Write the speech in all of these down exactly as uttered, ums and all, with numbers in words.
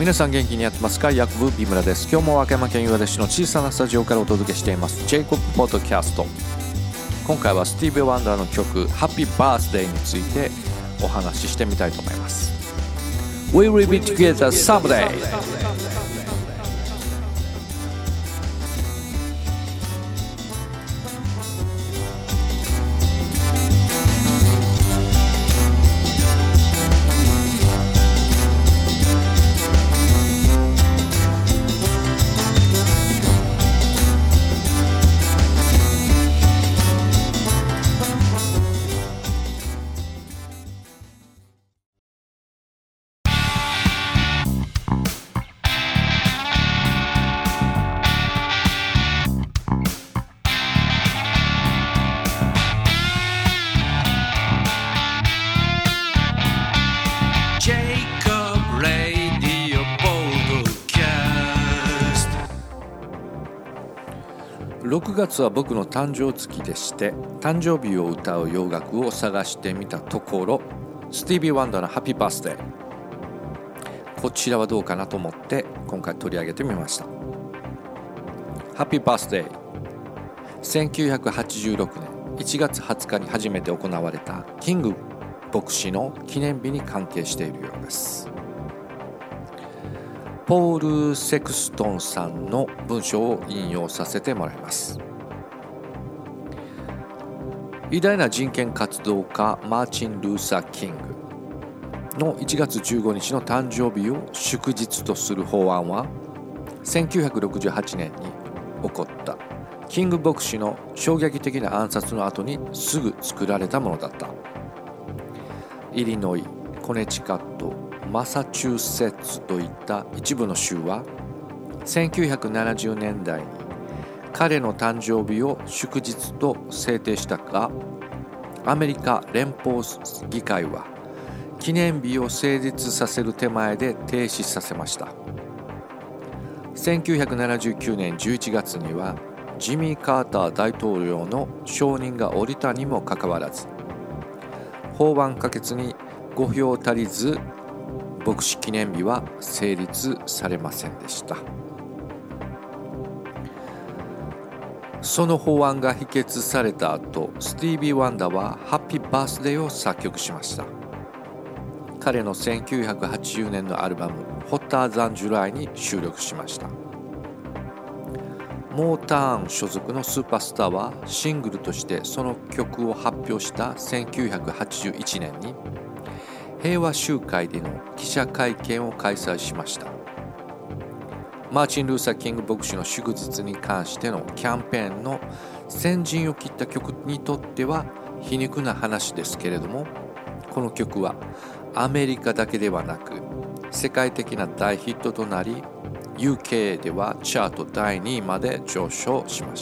皆さん元気にやってますか？ヤクブビムラです。今日も和歌山県岩出市の小さなスタジオからお届けしていますジェイコブポッドキャスト。今回はスティービー・ワンダーの曲ハッピーバースデーについてお話ししてみたいと思います。 We will be together someday。ろくがつは僕の誕生月でして、誕生日を歌う洋楽を探してみたところ、スティービー・ワンダーのハッピーバースデー、こちらはどうかなと思って今回取り上げてみました。ハッピーバースデー、せんきゅうひゃくはちじゅうろくねんいちがつはつかに初めて行われたキング牧師の記念日に関係しているようです。ポール・セクストンさんの文章を引用させてもらいます。偉大な人権活動家マーチン・ルーサー・キングのいちがつじゅうごにちの誕生日を祝日とする法案はせんきゅうひゃくろくじゅうはちねんに起こったキング牧師の衝撃的な暗殺の後にすぐ作られたものだった。イリノイ、コネチカット、マサチューセッツといった一部の州はせんきゅうひゃくななじゅうねんだいに彼の誕生日を祝日と制定したが、アメリカ連邦議会は記念日を成立させる手前で停止させました。せんきゅうひゃくななじゅうきゅうねんじゅういちがつにはジミー・カーター大統領の承認が下りたにもかかわらず、法案可決にごひょう足りず牧師記念日は成立されませんでした。その法案が否決された後、スティービー・ワンダーはハッピーバースデーを作曲しました。彼のせんきゅうひゃくはちじゅうねんのアルバムホッター・ザン・ジュライに収録しました。モーターン所属のスーパースターはシングルとしてその曲を発表したせんきゅうひゃくはちじゅういちねんに平和集会での記者会見を開催しました。マーチン・ルーサー・キング牧師の祝日に関してのキャンペーンの先陣を切った曲にとっては皮肉な話ですけれども、この曲はアメリカだけではなく世界的な大ヒットとなり、 ユーケー ではチャートだいにいまで上昇しました。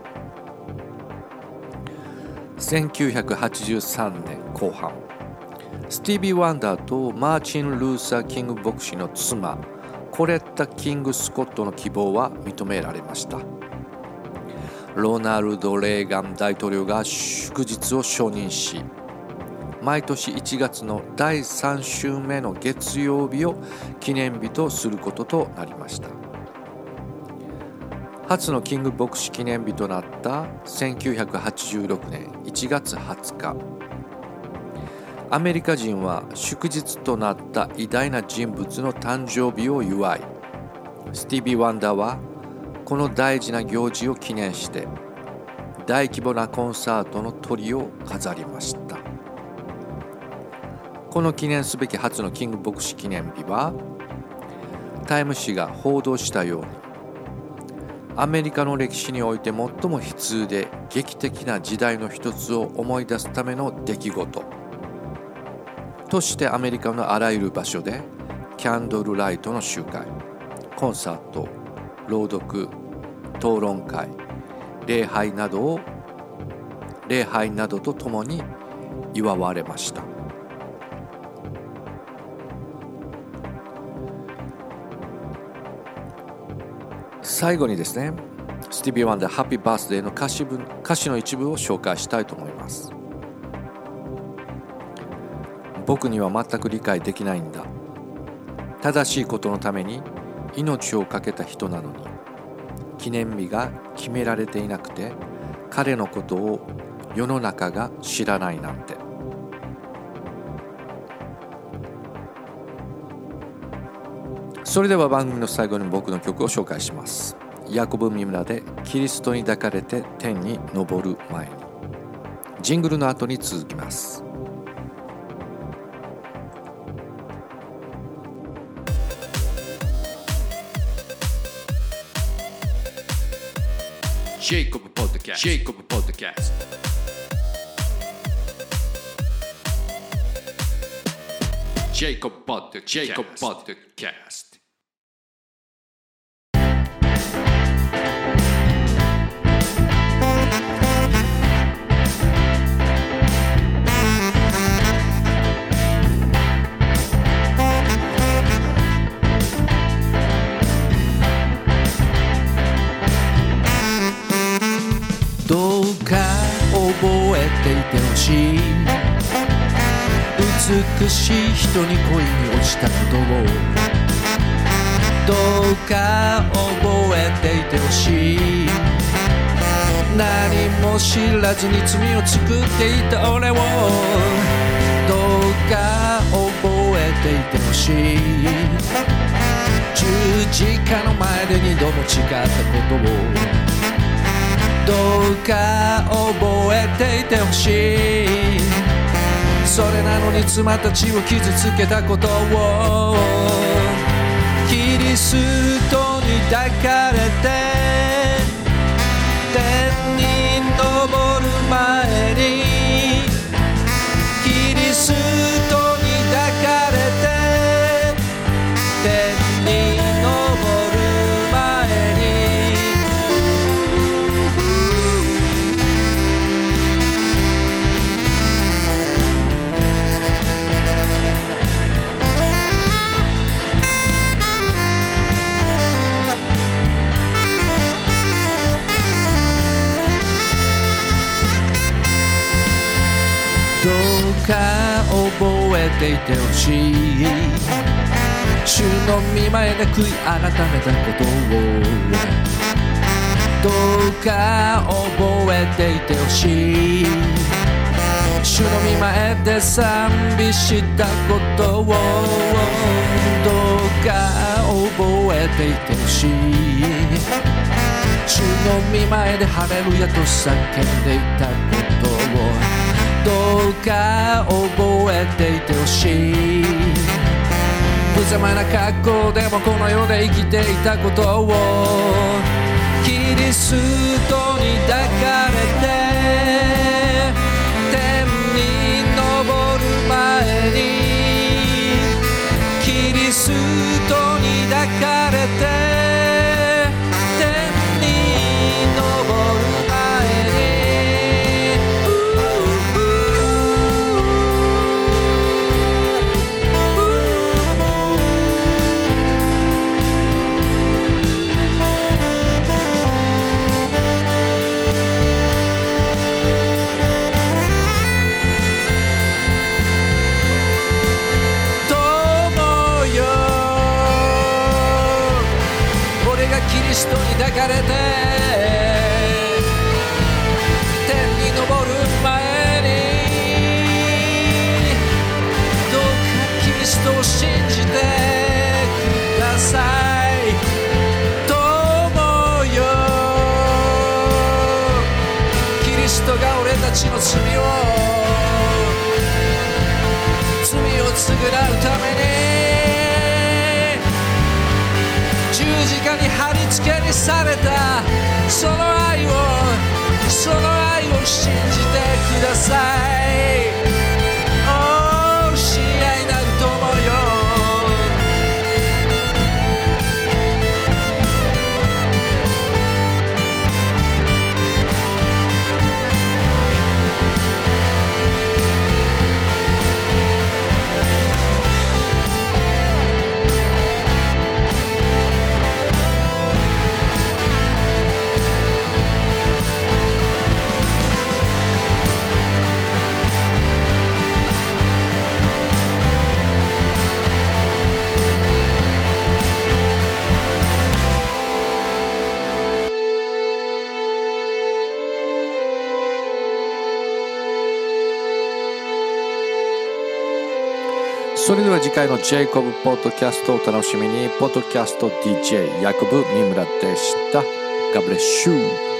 せんきゅうひゃくはちじゅうさんねんこう半、スティービー・ワンダーとマーチン・ルーサー・キング牧師の妻コレッタ・キング・スコットの希望は認められました。ロナルド・レーガン大統領が祝日を承認し、毎年いちがつのだいさん週目の月曜日を記念日とすることとなりました。初のキング牧師記念日となったせんきゅうひゃくはちじゅうろくねんいちがつはつか、アメリカ人は祝日となった偉大な人物の誕生日を祝い、スティービー・ワンダーはこの大事な行事を記念して大規模なコンサートのトリを飾りました。この記念すべき初のキング牧師記念日は、タイム誌が報道したようにアメリカの歴史において最も悲痛で劇的な時代の一つを思い出すための出来事として、アメリカのあらゆる場所でキャンドルライトの集会、コンサート、朗読、討論会、礼拝などを礼拝などとともに祝われました。最後にですね、スティービー・ワンダーハッピーバースデーの歌詞文、歌詞の一部を紹介したいと思います。僕には全く理解できないんだ。 正しいことのために命を懸けた人なのに、記念日が決められていなくて彼のことを世の中が知らないなんて。それでは番組の最後に僕の曲を紹介します。ヤコブ三村でキリストに抱かれて天に昇る前に。ジングルの後に続きます。 ジェイコブポッドキャスト。ジェイコブポッドキャスト。ジェイコブポッドキャスト。ジェイコブポッドキャスト。 どうか覚えていてほしい。美しい人に恋に落ちたことをどうか覚えていてほしい。何も知らずに罪を作っていた俺をどうか覚えていてほしい。十字架の前で二度も誓ったことをどうか覚えていてほしい。それなのに妻たちを傷つけたことをキリストに抱かれて天に昇る前にキリストに抱かれて天に昇る前にどうか覚えていてほしい。主の御前で悔い改めたことをどうか覚えていてほしい。主の御前で賛美したことをどうか覚えていてほしい。主の御前でハレルヤと叫んでいたことをどうか覚えていてほしい。無様な格好でもこの世で生きていたことをキリストに抱かれて天に昇る前にキリストに抱かれてキリストに抱かれて天に昇る前にどうかキリストを信じてくださいと思うよ。キリストが俺たちの罪を罪を償うために十字架に貼り付けにされたその愛をその愛を信じてください。おー、親愛なる友よ。 それでは次回のジェイコブポッドキャストをお楽しみに。ポッドキャスト ディージェー ヤコブ三村でした。God bless you